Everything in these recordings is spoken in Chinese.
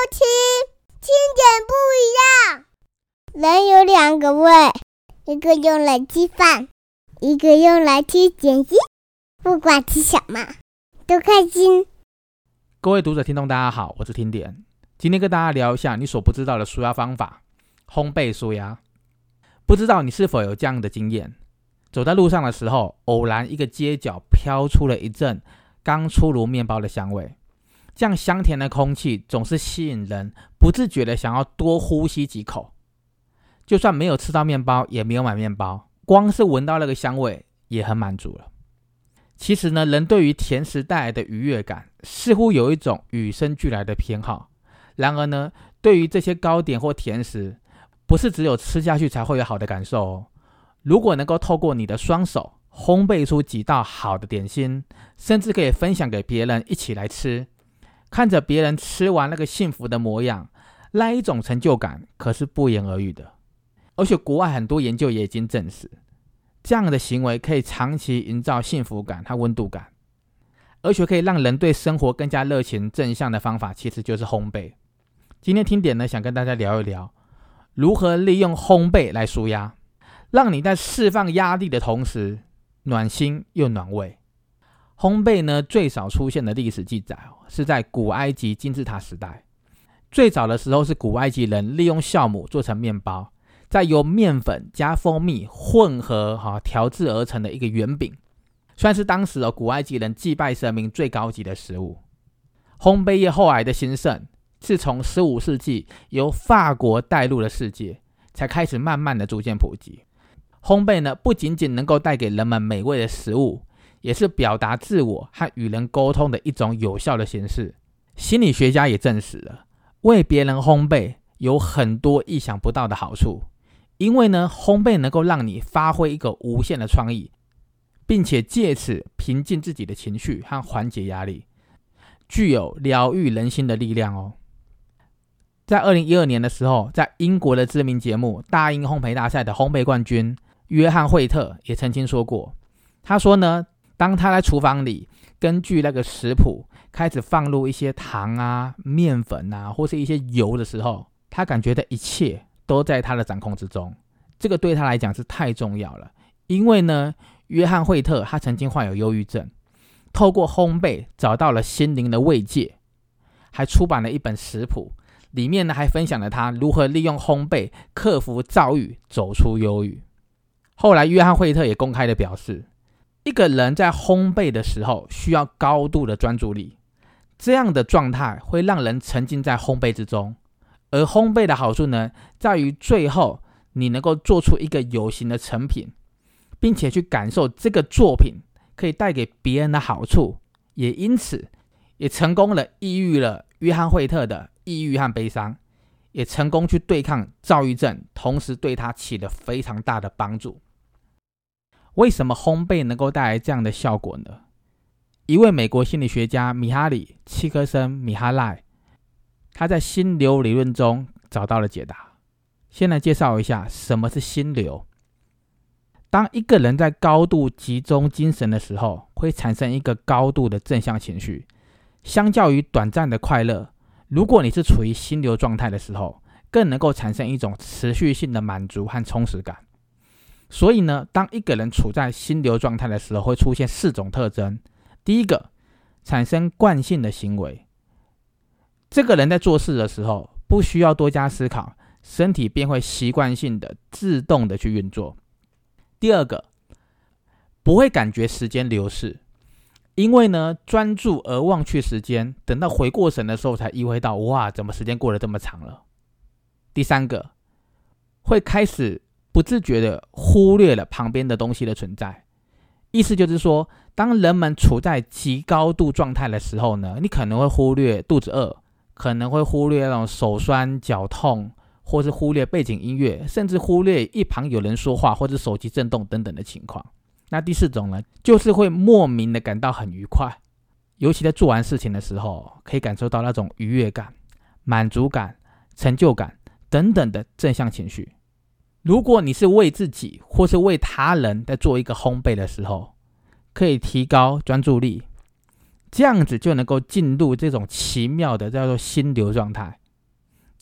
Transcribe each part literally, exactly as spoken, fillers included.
听，听点不一样。人有两个胃，一个用来吃饭，一个用来吃点心。不管吃什么，都开心。 各位读者听众大家好，我是听点。今天跟大家聊一下你所不知道的舒压方法——烘焙舒压。不知道你是否有这样的经验，走在路上的时候，偶然一个街角飘出了一阵刚出炉面包的香味，这样香甜的空气总是吸引人不自觉的想要多呼吸几口。就算没有吃到面包，也没有买面包，光是闻到那个香味也很满足了。其实呢，人对于甜食带来的愉悦感似乎有一种与生俱来的偏好。然而呢，对于这些糕点或甜食，不是只有吃下去才会有好的感受哦。如果能够透过你的双手烘焙出几道好的点心，甚至可以分享给别人一起来吃，看着别人吃完那个幸福的模样，那一种成就感可是不言而喻的。而且国外很多研究也已经证实，这样的行为可以长期营造幸福感和温度感，而且可以让人对生活更加热情正向的方法其实就是烘焙。今天听点呢，想跟大家聊一聊如何利用烘焙来舒压，让你在释放压力的同时暖心又暖胃。烘焙呢，最早出现的历史记载是在古埃及金字塔时代。最早的时候是古埃及人利用酵母做成面包，再由面粉加蜂蜜混合、啊、调制而成的一个圆饼，算是当时、哦、古埃及人祭拜神明最高级的食物。烘焙业后来的兴盛是从十五世纪由法国带入了世界，才开始慢慢的逐渐普及。烘焙呢，不仅仅能够带给人们美味的食物，也是表达自我和与人沟通的一种有效的形式。心理学家也证实了，为别人烘焙有很多意想不到的好处。因为呢，烘焙能够让你发挥一个无限的创意，并且借此平静自己的情绪和缓解压力，具有疗愈人心的力量哦。在二零一二年的时候，在英国的知名节目大英烘焙大赛的烘焙冠军约翰惠特也曾经说过，他说呢，当他在厨房里根据那个食谱开始放入一些糖啊、面粉啊，或是一些油的时候，他感觉的一切都在他的掌控之中。这个对他来讲是太重要了，因为呢，约翰惠特他曾经患有忧郁症，透过烘焙找到了心灵的慰藉，还出版了一本食谱，里面呢还分享了他如何利用烘焙克服躁郁，走出忧郁。后来约翰惠特也公开的表示，一个人在烘焙的时候需要高度的专注力，这样的状态会让人沉浸在烘焙之中。而烘焙的好处呢，在于最后你能够做出一个有形的成品，并且去感受这个作品可以带给别人的好处，也因此也成功了抑郁了约翰惠特的抑郁和悲伤，也成功去对抗躁郁症，同时对他起了非常大的帮助。为什么烘焙能够带来这样的效果呢？一位美国心理学家米哈里·契科森·米哈赖，他在心流理论中找到了解答。先来介绍一下什么是心流。当一个人在高度集中精神的时候，会产生一个高度的正向情绪。相较于短暂的快乐，如果你是处于心流状态的时候，更能够产生一种持续性的满足和充实感。所以呢，当一个人处在心流状态的时候，会出现四种特征。第一个，产生惯性的行为。这个人在做事的时候，不需要多加思考，身体便会习惯性的自动的去运作。第二个，不会感觉时间流逝，因为呢，专注而忘却时间，等到回过神的时候才意会到，哇，怎么时间过得这么长了。第三个，会开始不自觉的忽略了旁边的东西的存在。意思就是说，当人们处在极高度状态的时候呢，你可能会忽略肚子饿，可能会忽略那种手酸脚痛，或是忽略背景音乐，甚至忽略一旁有人说话或者手机震动等等的情况。那第四种呢，就是会莫名的感到很愉快，尤其在做完事情的时候，可以感受到那种愉悦感、满足感、成就感等等的正向情绪。如果你是为自己或是为他人在做一个烘焙的时候，可以提高专注力，这样子就能够进入这种奇妙的叫做心流状态。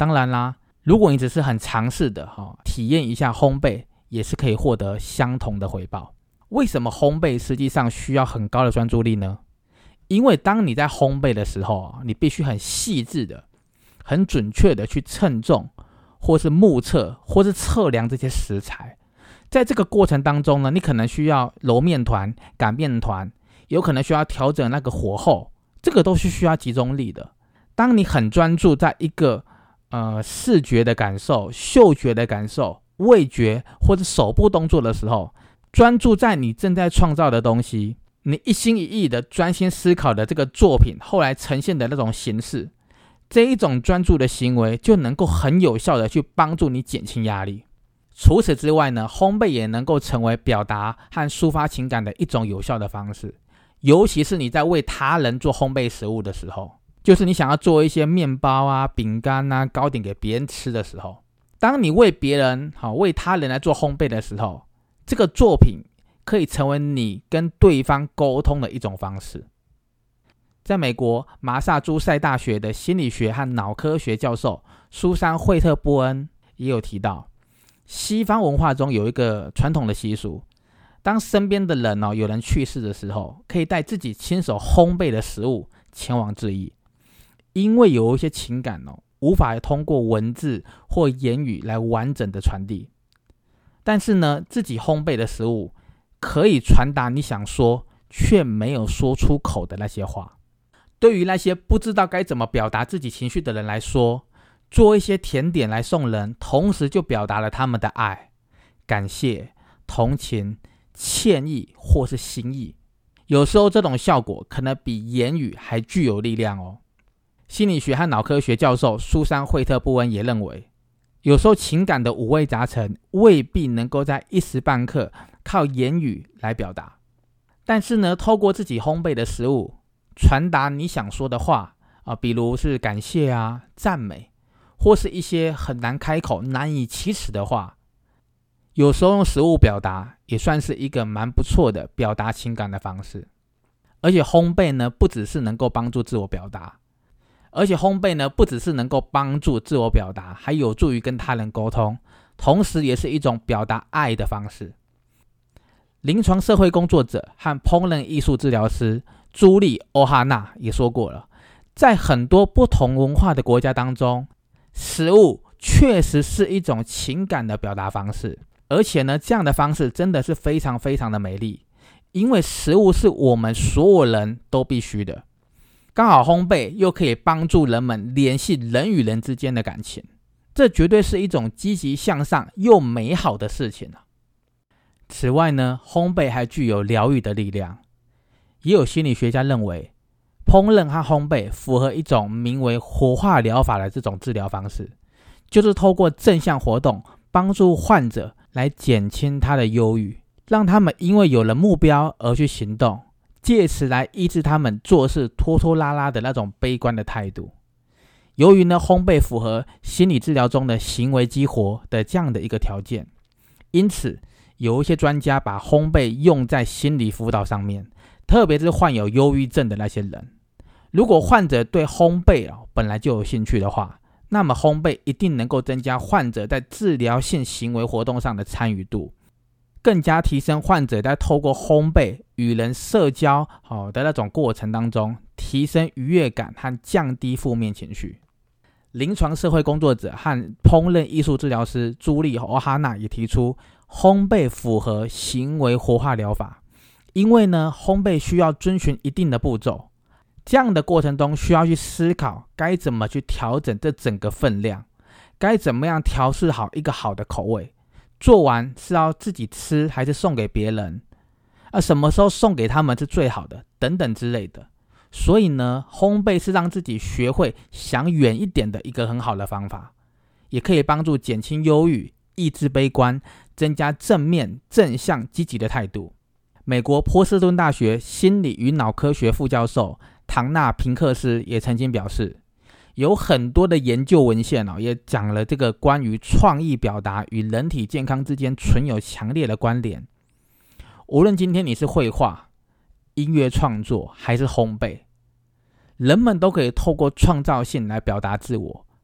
当然啦，如果你只是很尝试的、哦、体验一下烘焙，也是可以获得相同的回报。为什么烘焙实际上需要很高的专注力呢？因为当你在烘焙的时候，你必须很细致的、很准确的去称重，或是目测，或是测量这些食材。在这个过程当中呢，你可能需要揉面团、擀面团，有可能需要调整那个火候，这个都是需要集中力的。当你很专注在一个呃视觉的感受、嗅觉的感受、味觉或者手部动作的时候，专注在你正在创造的东西，你一心一意的专心思考的这个作品后来呈现的那种形式，这一种专注的行为就能够很有效的去帮助你减轻压力。除此之外呢，烘焙也能够成为表达和抒发情感的一种有效的方式，尤其是你在为他人做烘焙食物的时候，就是你想要做一些面包啊、饼干啊、糕点给别人吃的时候，当你为别人、为他人来做烘焙的时候，这个作品可以成为你跟对方沟通的一种方式。在美国麻萨诸塞大学的心理学和脑科学教授苏珊·惠特波恩也有提到，西方文化中有一个传统的习俗，当身边的人、哦、有人去世的时候，可以带自己亲手烘焙的食物前往致意。因为有一些情感、哦、无法通过文字或言语来完整的传递，但是呢，自己烘焙的食物可以传达你想说却没有说出口的那些话。对于那些不知道该怎么表达自己情绪的人来说，做一些甜点来送人，同时就表达了他们的爱、感谢、同情、歉意或是心意。有时候这种效果可能比言语还具有力量哦。心理学和脑科学教授苏珊·惠特波恩也认为，有时候情感的五味杂陈未必能够在一时半刻靠言语来表达，但是呢，透过自己烘焙的食物传达你想说的话、啊、比如是感谢啊、赞美，或是一些很难开口、难以启齿的话，有时候用食物表达也算是一个蛮不错的表达情感的方式。而且烘焙呢，不只是能够帮助自我表达，而且烘焙呢，不只是能够帮助自我表达，还有助于跟他人沟通，同时也是一种表达爱的方式。临床社会工作者和烹饪艺术治疗师朱莉·欧哈纳也说过了，在很多不同文化的国家当中，食物确实是一种情感的表达方式，而且呢，这样的方式真的是非常非常的美丽，因为食物是我们所有人都必须的。刚好烘焙又可以帮助人们联系人与人之间的感情，这绝对是一种积极向上又美好的事情啊。此外呢，烘焙还具有疗愈的力量。也有心理学家认为，烹饪和烘焙符合一种名为活化疗法的这种治疗方式，就是透过正向活动帮助患者来减轻他的忧郁，让他们因为有了目标而去行动，借此来抑制他们做事拖拖拉拉的那种悲观的态度。由于呢，烘焙符合心理治疗中的行为激活的这样的一个条件，因此有一些专家把烘焙用在心理辅导上面，特别是患有忧郁症的那些人。如果患者对烘焙、哦、本来就有兴趣的话，那么烘焙一定能够增加患者在治疗性行为活动上的参与度，更加提升患者在透过烘焙与人社交、哦、的那种过程当中，提升愉悦感和降低负面情绪。临床社会工作者和烹饪艺术治疗师朱莉·欧哈纳也提出，烘焙符合行为活化疗法，因为呢，烘焙需要遵循一定的步骤，这样的过程中需要去思考该怎么去调整这整个分量，该怎么样调试好一个好的口味，做完是要自己吃还是送给别人，啊，什么时候送给他们是最好的，等等之类的。所以呢，烘焙是让自己学会想远一点的一个很好的方法，也可以帮助减轻忧郁、抑制悲观，增加正面、正向、积极的态度。美国波士顿大学心理与脑科学副教授唐纳·平克斯也曾经表示，有很多的研究文献、哦、也讲了这个关于创意表达与人体健康之间存有强烈的关联。无论今天你是绘画、音乐创作还是烘焙，人们都可以透过创造性来表达自我，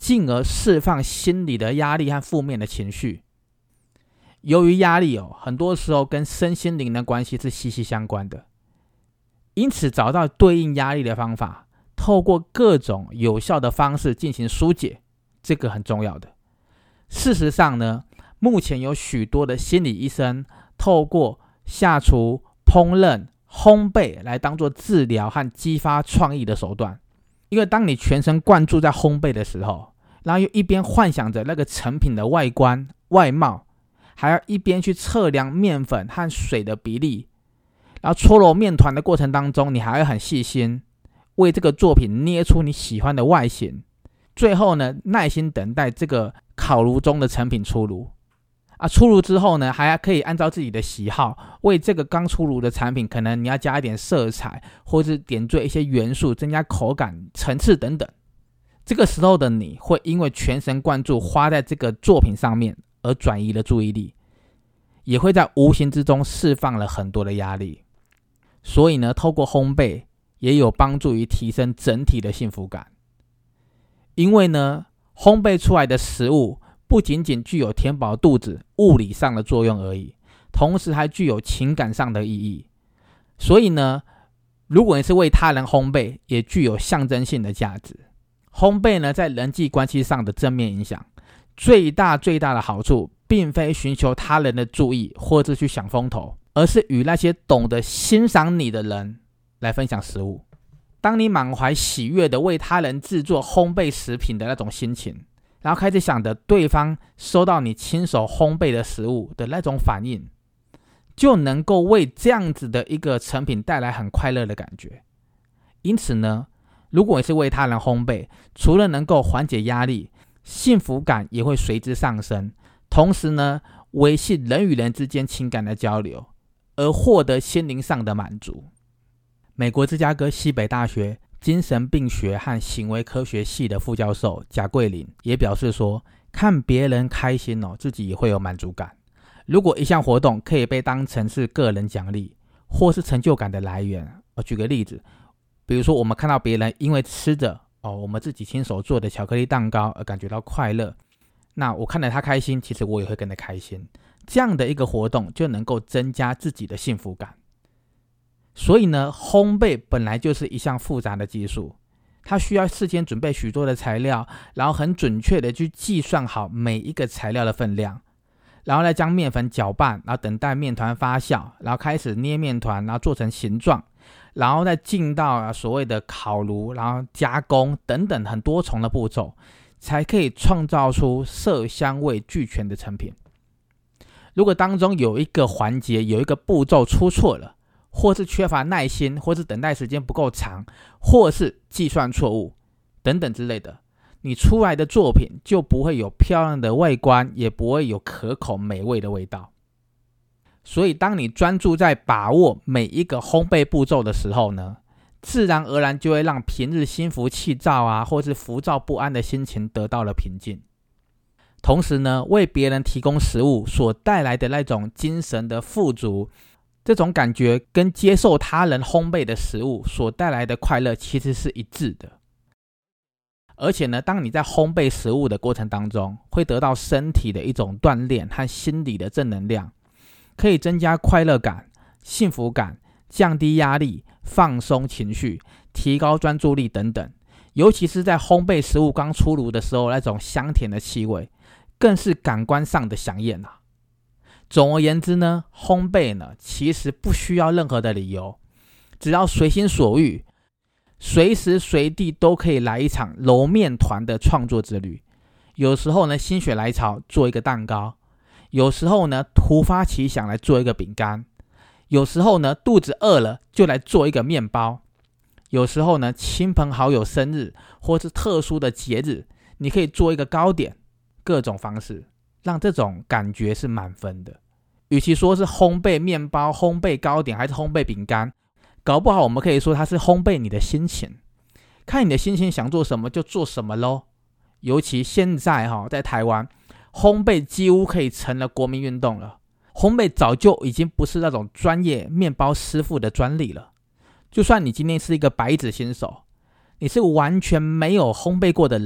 进而释放心理的压力和负面的情绪。由于压力哦，很多时候跟身心灵的关系是息息相关的，因此找到对应压力的方法，透过各种有效的方式进行疏解，这个很重要的。事实上呢，目前有许多的心理医生透过下厨、烹饪、烘焙来当作治疗和激发创意的手段。因为当你全神贯注在烘焙的时候，然后又一边幻想着那个成品的外观、外貌，还要一边去测量面粉和水的比例，然后搓揉面团的过程当中，你还会很细心，为这个作品捏出你喜欢的外形。最后呢，耐心等待这个烤炉中的成品出炉。啊，出炉之后呢，还可以按照自己的喜好，为这个刚出炉的产品，可能你要加一点色彩，或是点缀一些元素，增加口感、层次等等。这个时候的你会因为全神贯注花在这个作品上面而转移了注意力，也会在无形之中释放了很多的压力。所以呢，透过烘焙也有帮助于提升整体的幸福感。因为呢，烘焙出来的食物不仅仅具有填饱肚子物理上的作用而已，同时还具有情感上的意义。所以呢，如果你是为他人烘焙，也具有象征性的价值。烘焙呢，在人际关系上的正面影响，最大最大的好处，并非寻求他人的注意或是去享风头，而是与那些懂得欣赏你的人来分享食物。当你满怀喜悦的为他人制作烘焙食品的那种心情，然后开始想着对方收到你亲手烘焙的食物的那种反应，就能够为这样子的一个成品带来很快乐的感觉。因此呢，如果你是为他人烘焙，除了能够缓解压力，幸福感也会随之上升，同时呢，维系人与人之间情感的交流，而获得心灵上的满足。美国芝加哥西北大学精神病学和行为科学系的副教授贾桂林也表示说，看别人开心哦，自己也会有满足感。如果一项活动可以被当成是个人奖励或是成就感的来源，我举个例子，比如说我们看到别人因为吃着哦我们自己亲手做的巧克力蛋糕而感觉到快乐，那我看着他开心，其实我也会跟着开心。这样的一个活动就能够增加自己的幸福感。所以呢，烘焙本来就是一项复杂的技术，它需要事先准备许多的材料，然后很准确的去计算好每一个材料的分量，然后再将面粉搅拌，然后等待面团发酵，然后开始捏面团，然后做成形状，然后再进到所谓的烤炉，然后加工等等很多重的步骤，才可以创造出色香味俱全的成品。如果当中有一个环节有一个步骤出错了，或是缺乏耐心，或是等待时间不够长，或是计算错误等等之类的，你出来的作品就不会有漂亮的外观，也不会有可口美味的味道。所以当你专注在把握每一个烘焙步骤的时候呢，自然而然就会让平日心浮气躁啊，或是浮躁不安的心情得到了平静。同时呢，为别人提供食物所带来的那种精神的富足，这种感觉跟接受他人烘焙的食物所带来的快乐其实是一致的。而且呢，当你在烘焙食物的过程当中，会得到身体的一种锻炼和心理的正能量，可以增加快乐感、幸福感，降低压力，放松情绪，提高专注力等等。尤其是在烘焙食物刚出炉的时候，那种香甜的气味更是感官上的响艳啊。总而言之呢，烘焙呢其实不需要任何的理由，只要随心所欲，随时随地都可以来一场揉面团的创作之旅。有时候呢，心血来潮做一个蛋糕，有时候呢，突发奇想来做一个饼干，有时候呢，肚子饿了就来做一个面包，有时候呢，亲朋好友生日或是特殊的节日，你可以做一个糕点，各种方式让这种感觉是满分的。与其说是烘焙面包、烘焙糕点还是烘焙饼干，搞不好我们可以说它是烘焙你的心情，看你的心情想做什么就做什么咯。尤其现在、哦、在台湾，烘焙几乎可以成了国民运动了。烘焙早就已经不是那种专业面包师傅的专利了。就算你今天是一个白纸新手，你是完全没有烘焙过的人，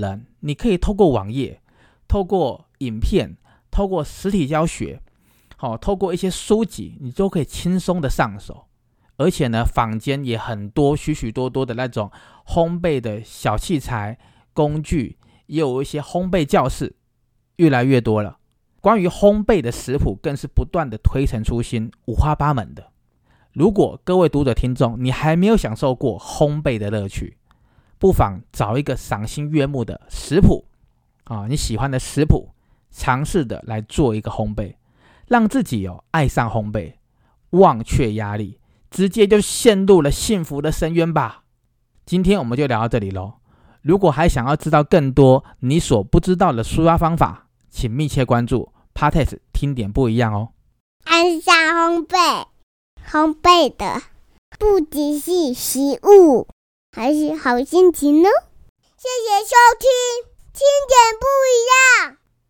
你可以透过网页，透过影片，透过实体教学，哦，透过一些书籍，你都可以轻松的上手。而且呢，坊间也很多许许多多的那种烘焙的小器材工具，也有一些烘焙教室，越来越多了。关于烘焙的食谱更是不断的推陈出新，五花八门的。如果各位读者听众你还没有享受过烘焙的乐趣，不妨找一个赏心悦目的食谱啊，你喜欢的食谱，尝试的来做一个烘焙，让自己哦爱上烘焙，忘却压力，直接就陷入了幸福的深渊吧。今天我们就聊到这里咯。如果还想要知道更多你所不知道的抒发方法，请密切关注 Podcast 听点不一样哦。 爱上烘焙，烘焙的不只是食物，还是好心情呢。谢谢收听，听点不